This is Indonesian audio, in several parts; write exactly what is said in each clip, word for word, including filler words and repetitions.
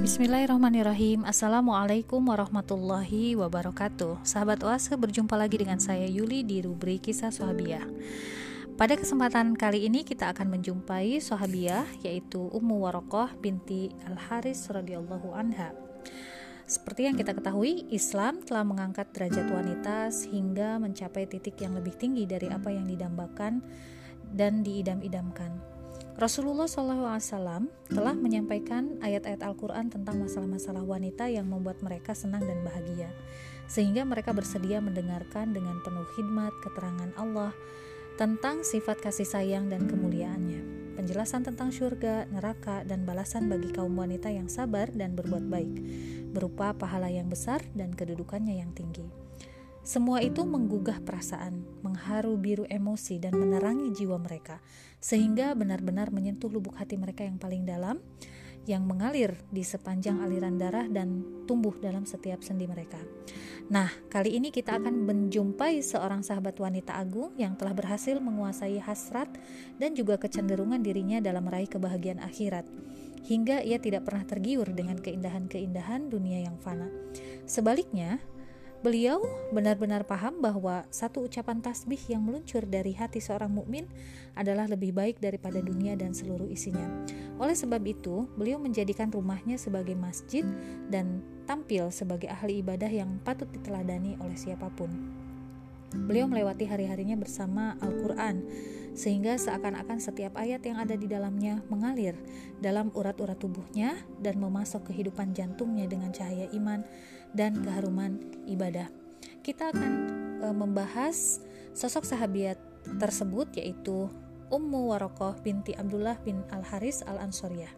Bismillahirrahmanirrahim. Assalamualaikum warahmatullahi wabarakatuh. Sahabat Oase, berjumpa lagi dengan saya Yuli di rubrik Kisah Sahabiah. Pada kesempatan kali ini kita akan menjumpai sahabiah yaitu Ummu Waroqah binti Al-Haris radhiyallahu anha. Seperti yang kita ketahui, Islam telah mengangkat derajat wanita sehingga mencapai titik yang lebih tinggi dari apa yang didambakan dan diidam-idamkan. Rasulullah shallallahu alaihi wasallam telah menyampaikan ayat-ayat Al-Quran tentang masalah-masalah wanita yang membuat mereka senang dan bahagia, sehingga mereka bersedia mendengarkan dengan penuh hikmat keterangan Allah tentang sifat kasih sayang dan kemuliaannya, penjelasan tentang syurga, neraka, dan balasan bagi kaum wanita yang sabar dan berbuat baik, berupa pahala yang besar dan kedudukannya yang tinggi. Semua itu menggugah perasaan, mengharu biru emosi, dan menerangi jiwa mereka, sehingga benar-benar menyentuh lubuk hati mereka yang paling dalam, yang mengalir di sepanjang aliran darah dan tumbuh dalam setiap sendi mereka. Nah, kali ini kita akan menjumpai seorang sahabat wanita agung yang telah berhasil menguasai hasrat dan juga kecenderungan dirinya dalam meraih kebahagiaan akhirat, hingga ia tidak pernah tergiur dengan keindahan-keindahan dunia yang fana. Sebaliknya, beliau benar-benar paham bahwa satu ucapan tasbih yang meluncur dari hati seorang mukmin adalah lebih baik daripada dunia dan seluruh isinya. Oleh sebab itu, beliau menjadikan rumahnya sebagai masjid dan tampil sebagai ahli ibadah yang patut diteladani oleh siapapun. Beliau melewati hari-harinya bersama Al-Quran, sehingga seakan-akan setiap ayat yang ada di dalamnya mengalir dalam urat-urat tubuhnya dan memasok kehidupan jantungnya dengan cahaya iman dan keharuman ibadah. Kita akan e, membahas sosok sahabiat tersebut, yaitu Ummu Waroqah binti Abdullah bin Al-Haris Al-Ansariyah.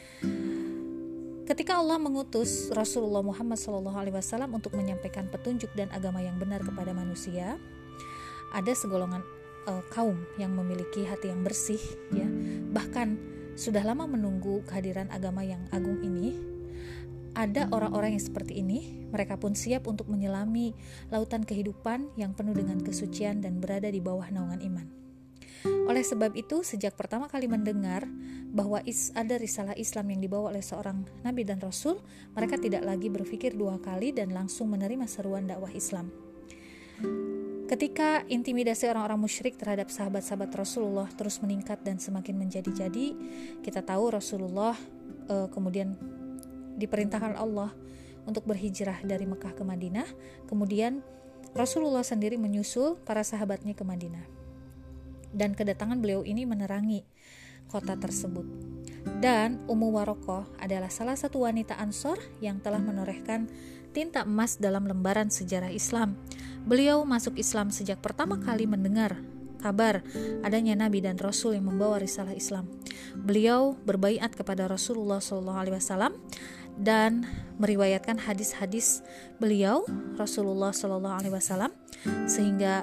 Ketika Allah mengutus Rasulullah Muhammad shallallahu alaihi wasallam untuk menyampaikan petunjuk dan agama yang benar kepada manusia, ada segolongan e, kaum yang memiliki hati yang bersih, ya, bahkan sudah lama menunggu kehadiran agama yang agung ini. Ada orang-orang yang seperti ini, mereka pun siap untuk menyelami lautan kehidupan yang penuh dengan kesucian dan berada di bawah naungan iman. Oleh sebab itu, sejak pertama kali mendengar bahwa is, ada risalah Islam yang dibawa oleh seorang Nabi dan Rasul, mereka tidak lagi berpikir dua kali dan langsung menerima seruan dakwah Islam. Ketika intimidasi orang-orang musyrik terhadap sahabat-sahabat Rasulullah terus meningkat dan semakin menjadi-jadi, kita tahu Rasulullah uh, kemudian diperintahkan Allah untuk berhijrah dari Mekah ke Madinah. Kemudian Rasulullah sendiri menyusul para sahabatnya ke Madinah, dan kedatangan beliau ini menerangi kota tersebut. Dan Ummu Waroqah adalah salah satu wanita Ansor yang telah menorehkan tinta emas dalam lembaran sejarah Islam. Beliau masuk Islam sejak pertama kali mendengar kabar adanya Nabi dan Rasul yang membawa risalah Islam. Beliau berbaiat kepada Rasulullah shallallahu alaihi wasallam dan meriwayatkan hadis-hadis beliau Rasulullah shallallahu alaihi wasallam, sehingga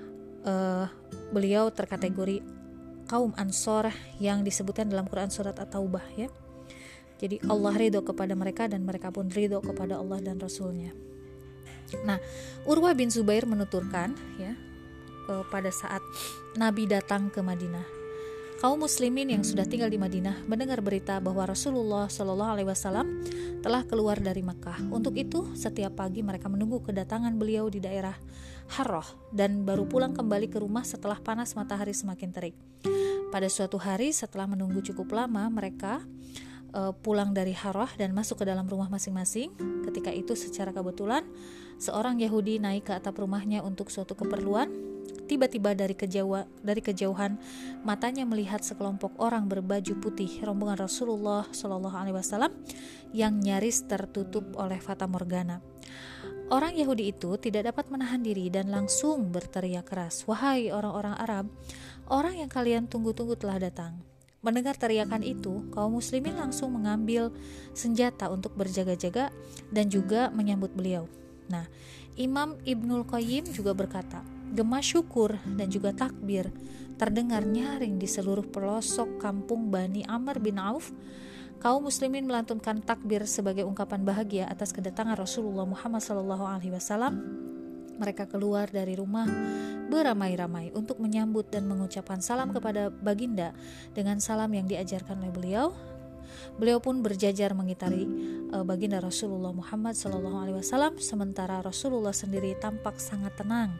uh, beliau terkategori kaum Ansor yang disebutkan dalam Quran surat At-Taubah, ya. Jadi Allah ridho kepada mereka dan mereka pun ridho kepada Allah dan Rasulnya. Nah, Urwah bin Zubair menuturkan, ya, uh, pada saat Nabi datang ke Madinah, kaum muslimin yang sudah tinggal di Madinah mendengar berita bahwa Rasulullah shallallahu alaihi wasallam telah keluar dari Makkah. Untuk itu, setiap pagi mereka menunggu kedatangan beliau di daerah Harrah dan baru pulang kembali ke rumah setelah panas matahari semakin terik. Pada suatu hari setelah menunggu cukup lama, mereka uh, pulang dari Harrah dan masuk ke dalam rumah masing-masing. Ketika itu secara kebetulan seorang Yahudi naik ke atap rumahnya untuk suatu keperluan. Tiba-tiba dari kejauhan, dari kejauhan matanya melihat sekelompok orang berbaju putih rombongan Rasulullah shallallahu alaihi wasallam yang nyaris tertutup oleh fata morgana. Orang Yahudi itu tidak dapat menahan diri dan langsung berteriak keras, "Wahai orang-orang Arab, orang yang kalian tunggu-tunggu telah datang." Mendengar teriakan itu, kaum muslimin langsung mengambil senjata untuk berjaga-jaga dan juga menyambut beliau. Nah, Imam Ibnul Qayyim juga berkata, gema syukur dan juga takbir terdengar nyaring di seluruh pelosok kampung Bani Amr bin Auf. Kaum muslimin melantunkan takbir sebagai ungkapan bahagia atas kedatangan Rasulullah Muhammad shallallahu alaihi wasallam. Mereka keluar dari rumah beramai-ramai untuk menyambut dan mengucapkan salam kepada baginda dengan salam yang diajarkan oleh beliau. Beliau pun berjajar mengitari uh, baginda Rasulullah Muhammad Sallallahu Alaihi Wasallam, sementara Rasulullah sendiri tampak sangat tenang.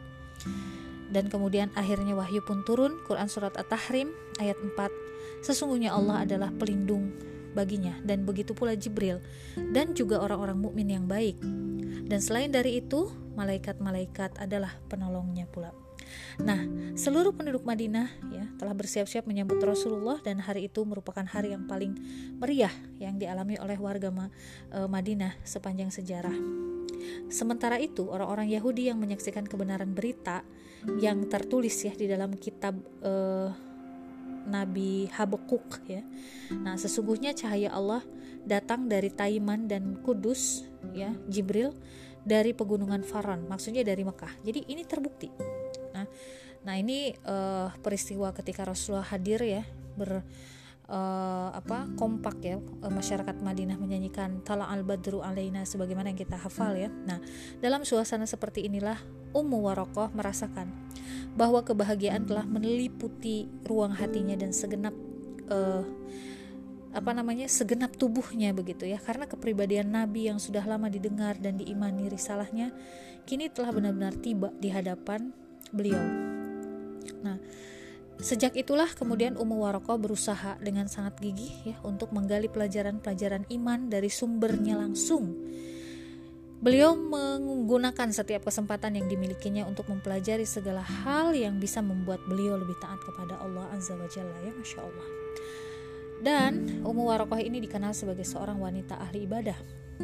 Dan kemudian akhirnya wahyu pun turun, Quran surat At-Tahrim ayat empat. Sesungguhnya Allah adalah pelindung baginya, dan begitu pula Jibril dan juga orang-orang mukmin yang baik. Dan selain dari itu, malaikat-malaikat adalah penolongnya pula. Nah, seluruh penduduk Madinah ya telah bersiap-siap menyambut Rasulullah, dan hari itu merupakan hari yang paling meriah yang dialami oleh warga Ma- e, Madinah sepanjang sejarah. Sementara itu, orang-orang Yahudi yang menyaksikan kebenaran berita yang tertulis ya di dalam kitab uh, Nabi Habakuk ya. Nah, sesungguhnya cahaya Allah datang dari Taiman dan Kudus ya, Jibril dari pegunungan Faran, maksudnya dari Mekah. Jadi ini terbukti. Nah, nah ini uh, peristiwa ketika Rasulullah hadir ya, ber Uh, apa kompak ya, uh, masyarakat Madinah menyanyikan Tala al-Badru alaina sebagaimana yang kita hafal ya. Nah, dalam suasana seperti inilah Ummu Waraqah merasakan bahwa kebahagiaan telah meliputi ruang hatinya dan segenap uh, apa namanya segenap tubuhnya begitu ya, karena kepribadian Nabi yang sudah lama didengar dan diimani risalahnya kini telah benar-benar tiba di hadapan beliau. Nah, sejak itulah kemudian Ummu Waraqah berusaha dengan sangat gigih ya untuk menggali pelajaran-pelajaran iman dari sumbernya langsung. Beliau menggunakan setiap kesempatan yang dimilikinya untuk mempelajari segala hal yang bisa membuat beliau lebih taat kepada Allah Azza wa Jalla ya, Masya Allah. Dan Ummu Waraqah ini dikenal sebagai seorang wanita ahli ibadah.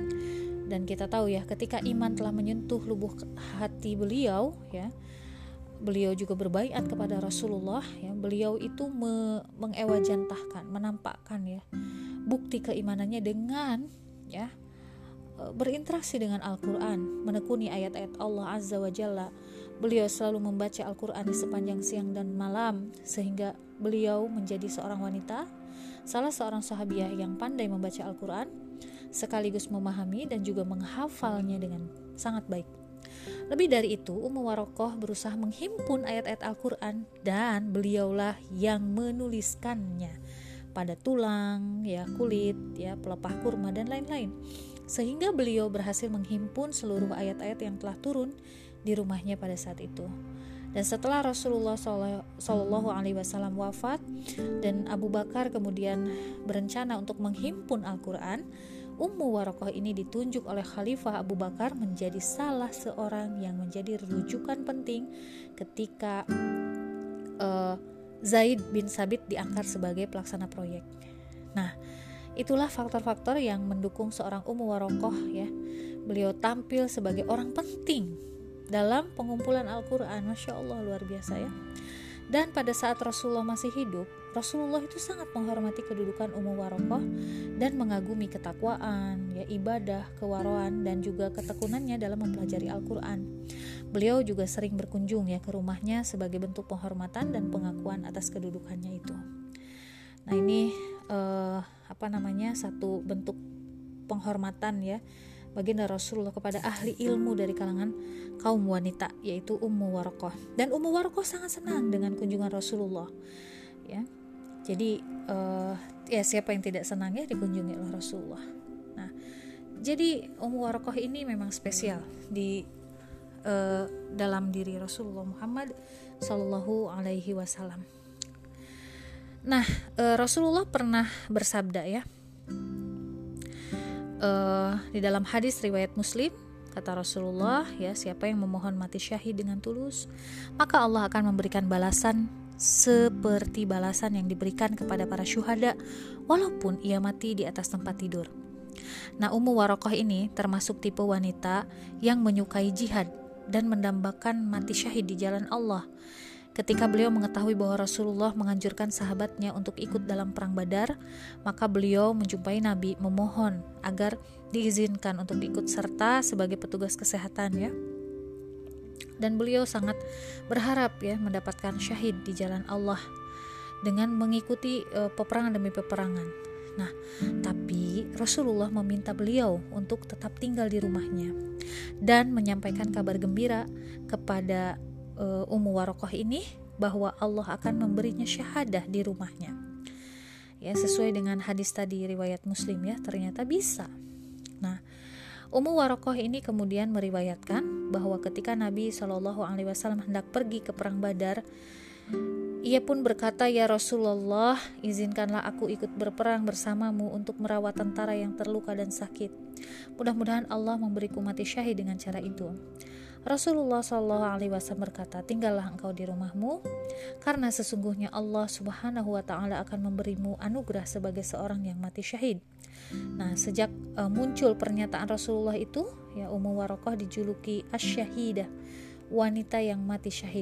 Dan kita tahu ya, ketika iman telah menyentuh lubuk hati beliau ya, beliau juga berbaiat kepada Rasulullah ya. Beliau itu me- mengewajantahkan, menampakkan ya bukti keimanannya dengan ya berinteraksi dengan Al-Quran, menekuni ayat-ayat Allah Azza wa Jalla. Beliau selalu membaca Al-Quran di sepanjang siang dan malam, sehingga beliau menjadi seorang wanita, salah seorang sahabiah yang pandai membaca Al-Quran, sekaligus memahami dan juga menghafalnya dengan sangat baik. Lebih dari itu, Ummu Waraqah berusaha menghimpun ayat-ayat Al-Quran, dan beliaulah yang menuliskannya pada tulang, ya kulit, ya pelepah kurma dan lain-lain, sehingga beliau berhasil menghimpun seluruh ayat-ayat yang telah turun di rumahnya pada saat itu. Dan setelah Rasulullah Shallallahu Alaihi Wasallam wafat dan Abu Bakar kemudian berencana untuk menghimpun Al-Quran, Ummu Waraqah ini ditunjuk oleh Khalifah Abu Bakar menjadi salah seorang yang menjadi rujukan penting ketika uh, Zaid bin Sabit diangkat sebagai pelaksana proyek. Nah, itulah faktor-faktor yang mendukung seorang Ummu Waraqah ya. Beliau tampil sebagai orang penting dalam pengumpulan Al-Quran, Masya Allah, luar biasa ya. Dan pada saat Rasulullah masih hidup, Rasulullah itu sangat menghormati kedudukan Ummu Waraqah dan mengagumi ketakwaan, ya ibadah, kewaraan, dan juga ketekunannya dalam mempelajari Al-Quran. Beliau juga sering berkunjung ya ke rumahnya sebagai bentuk penghormatan dan pengakuan atas kedudukannya itu. Nah ini eh, apa namanya satu bentuk penghormatan ya baginda Rasulullah kepada ahli ilmu dari kalangan kaum wanita, yaitu Ummu Waraqah. Dan Ummu Waraqah sangat senang dengan kunjungan Rasulullah ya. Jadi uh, ya siapa yang tidak senang ya dikunjungi oleh Rasulullah. Nah, jadi Ummu Waraqah ini memang spesial di uh, dalam diri Rasulullah Muhammad Sallallahu Alaihi Wasallam. Nah, uh, Rasulullah pernah bersabda ya, uh, di dalam hadis riwayat Muslim, kata Rasulullah ya, siapa yang memohon mati syahid dengan tulus, maka Allah akan memberikan balasan seperti balasan yang diberikan kepada para syuhada walaupun ia mati di atas tempat tidur. Nah, Ummu Waraqah ini termasuk tipe wanita yang menyukai jihad dan mendambakan mati syahid di jalan Allah. Ketika beliau mengetahui bahwa Rasulullah menganjurkan sahabatnya untuk ikut dalam perang Badar, maka beliau menjumpai Nabi memohon agar diizinkan untuk ikut serta sebagai petugas kesehatan ya. Dan beliau sangat berharap ya mendapatkan syahid di jalan Allah dengan mengikuti uh, peperangan demi peperangan. Nah, tapi Rasulullah meminta beliau untuk tetap tinggal di rumahnya dan menyampaikan kabar gembira kepada uh, Ummu Waraqah ini bahwa Allah akan memberinya syahadah di rumahnya. Ya, sesuai dengan hadis tadi riwayat Muslim ya, ternyata bisa. Nah, Ummu Warokoh ini kemudian meriwayatkan bahwa ketika Nabi shallallahu alaihi wasallam hendak pergi ke perang Badar, ia pun berkata, "Ya Rasulullah, izinkanlah aku ikut berperang bersamamu untuk merawat tentara yang terluka dan sakit. Mudah-mudahan Allah memberiku mati syahid dengan cara itu." Rasulullah shallallahu alaihi wasallam berkata, "Tinggallah engkau di rumahmu, karena sesungguhnya Allah subhanahu wa ta'ala akan memberimu anugerah sebagai seorang yang mati syahid." Nah, sejak uh, muncul pernyataan Rasulullah itu, ya, Ummu Warokoh dijuluki Asy-Syahidah, wanita yang mati syahid.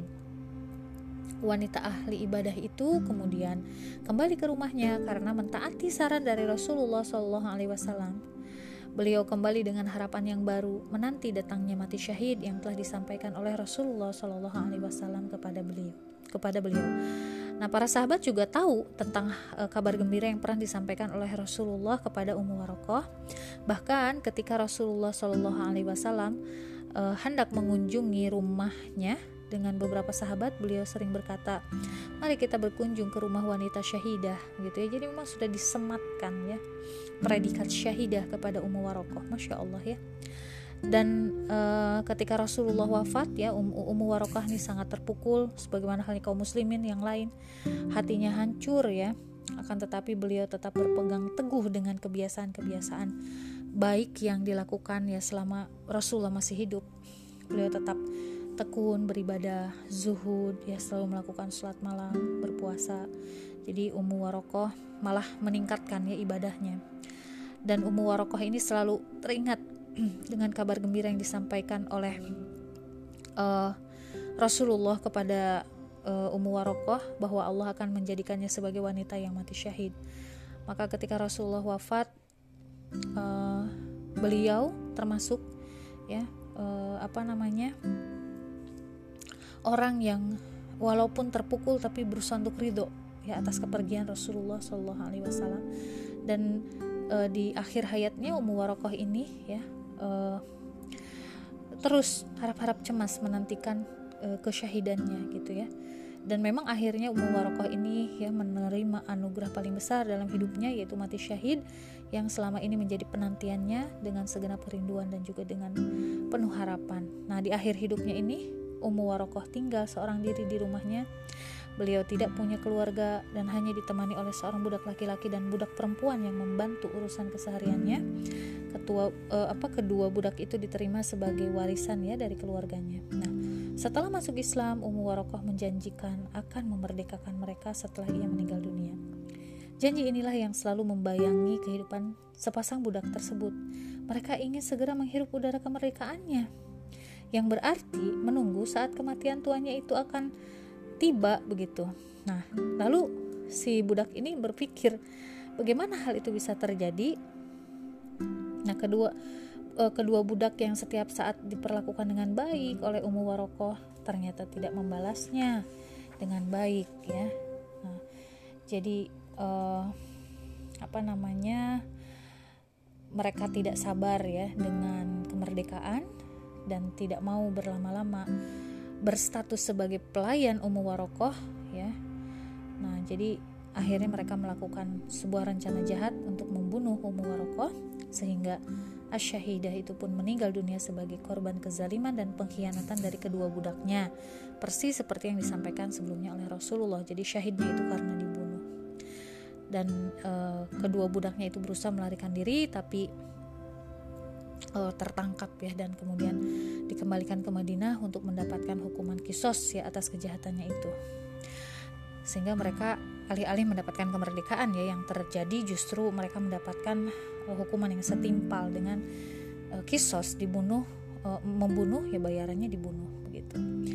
Wanita ahli ibadah itu kemudian kembali ke rumahnya karena mentaati saran dari Rasulullah shallallahu alaihi wasallam. Beliau kembali dengan harapan yang baru, menanti datangnya mati syahid yang telah disampaikan oleh Rasulullah shallallahu alaihi wasallam kepada beliau. Kepada beliau. Nah, para sahabat juga tahu tentang uh, kabar gembira yang pernah disampaikan oleh Rasulullah kepada Ummu Warokoh. Bahkan ketika Rasulullah shallallahu alaihi wasallam uh, hendak mengunjungi rumahnya dengan beberapa sahabat, beliau sering berkata, "Mari kita berkunjung ke rumah wanita syahidah," gitu ya. Jadi memang sudah disematkan ya predikat syahidah kepada Ummu Warokoh, masya Allah ya. Dan uh, ketika Rasulullah wafat ya, um, Ummu Warokoh ini sangat terpukul, sebagaimana halnya kaum muslimin yang lain, hatinya hancur ya. Akan tetapi beliau tetap berpegang teguh dengan kebiasaan-kebiasaan baik yang dilakukan ya selama Rasulullah masih hidup. Beliau tetap tekun beribadah, zuhud, ya selalu melakukan sholat malam, berpuasa. Jadi Ummu Warokoh malah meningkatkan ya ibadahnya. Dan Ummu Warokoh ini selalu teringat dengan kabar gembira yang disampaikan oleh uh, Rasulullah kepada uh, Ummu Warokoh bahwa Allah akan menjadikannya sebagai wanita yang mati syahid. Maka ketika Rasulullah wafat, uh, beliau termasuk ya uh, apa namanya orang yang walaupun terpukul tapi berusaha untuk ridho ya atas kepergian Rasulullah shallallahu alaihi wasallam. Dan e, di akhir hayatnya Ummu Warokoh ini ya e, terus harap-harap cemas menantikan e, kesyahidannya gitu ya. Dan memang akhirnya Ummu Warokoh ini ya menerima anugerah paling besar dalam hidupnya, yaitu mati syahid, yang selama ini menjadi penantiannya dengan segenap kerinduan dan juga dengan penuh harapan. Nah, di akhir hidupnya ini Ummu Warokoh tinggal seorang diri di rumahnya. Beliau tidak punya keluarga dan hanya ditemani oleh seorang budak laki-laki dan budak perempuan yang membantu urusan kesehariannya. Ketua eh, apa kedua budak itu diterima sebagai warisan ya dari keluarganya. Nah, setelah masuk Islam, Ummu Warokoh menjanjikan akan memerdekakan mereka setelah ia meninggal dunia. Janji inilah yang selalu membayangi kehidupan sepasang budak tersebut. Mereka ingin segera menghirup udara kemerdekaannya, yang berarti menunggu saat kematian tuannya itu akan tiba begitu. Nah, lalu si budak ini berpikir bagaimana hal itu bisa terjadi. Nah, kedua eh, kedua budak yang setiap saat diperlakukan dengan baik oleh Ummu Warokoh ternyata tidak membalasnya dengan baik ya. Nah, jadi eh, apa namanya mereka tidak sabar ya dengan kemerdekaan dan tidak mau berlama-lama berstatus sebagai pelayan Ummu Warokoh ya. Nah, jadi akhirnya mereka melakukan sebuah rencana jahat untuk membunuh Ummu Warokoh, sehingga Asy-Syahidah itu pun meninggal dunia sebagai korban kezaliman dan pengkhianatan dari kedua budaknya, persis seperti yang disampaikan sebelumnya oleh Rasulullah. Jadi syahidnya itu karena dibunuh. Dan uh, kedua budaknya itu berusaha melarikan diri, tapi uh, tertangkap ya, dan kemudian dikembalikan ke Madinah untuk mendapatkan hukuman kisos ya atas kejahatannya itu. Sehingga mereka alih-alih mendapatkan kemerdekaan ya, yang terjadi justru mereka mendapatkan uh, hukuman yang setimpal dengan uh, kisos, dibunuh, uh, membunuh ya bayarannya dibunuh begitu.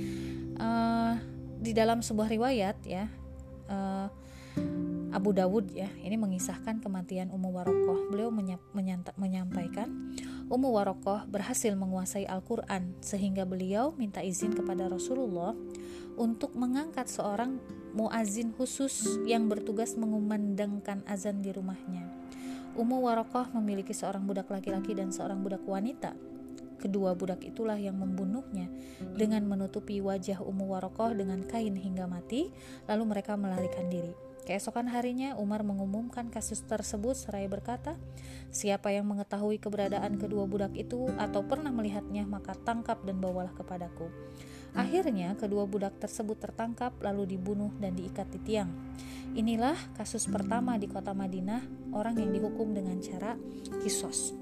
Uh, di dalam sebuah riwayat ya, uh, Abu Dawud ya, ini mengisahkan kematian Ummu Warokoh. Beliau menyap, menyanta, menyampaikan Ummu Warokoh berhasil menguasai Al-Quran sehingga beliau minta izin kepada Rasulullah untuk mengangkat seorang muazin khusus yang bertugas mengumandangkan azan di rumahnya. Ummu Warokoh memiliki seorang budak laki-laki dan seorang budak wanita. Kedua budak itulah yang membunuhnya dengan menutupi wajah Ummu Warokoh dengan kain hingga mati, lalu mereka melarikan diri. Keesokan harinya Umar mengumumkan kasus tersebut seraya berkata, "Siapa yang mengetahui keberadaan kedua budak itu atau pernah melihatnya, maka tangkap dan bawalah kepadaku." Akhirnya kedua budak tersebut tertangkap lalu dibunuh dan diikat di tiang. Inilah kasus pertama di kota Madinah orang yang dihukum dengan cara kisos.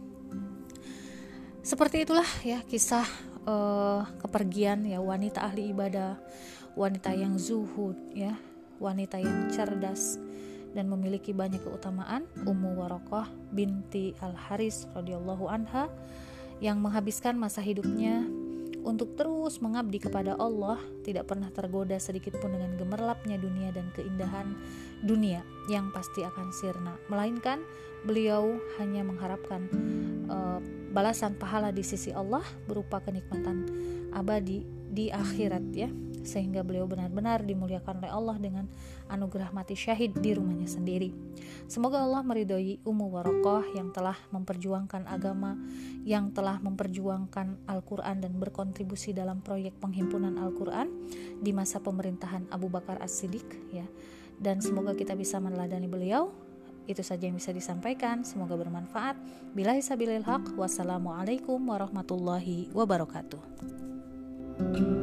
Seperti itulah ya kisah uh, kepergian ya wanita ahli ibadah, wanita yang zuhud ya, wanita yang cerdas dan memiliki banyak keutamaan, Ummu Waraqah binti Al-Haris radhiyallahu anha, yang menghabiskan masa hidupnya untuk terus mengabdi kepada Allah, tidak pernah tergoda sedikit pun dengan gemerlapnya dunia dan keindahan dunia yang pasti akan sirna, melainkan beliau hanya mengharapkan uh, balasan pahala di sisi Allah berupa kenikmatan abadi di akhirat ya, sehingga beliau benar-benar dimuliakan oleh Allah dengan anugerah mati syahid di rumahnya sendiri. Semoga Allah meridhoi Ummu Waraqah yang telah memperjuangkan agama, yang telah memperjuangkan Al-Quran dan berkontribusi dalam proyek penghimpunan Al-Quran di masa pemerintahan Abu Bakar As-Siddiq ya. Dan semoga kita bisa meneladani beliau. Itu saja yang bisa disampaikan, semoga bermanfaat. Billahi sabilil haq. Wassalamualaikum warahmatullahi wabarakatuh.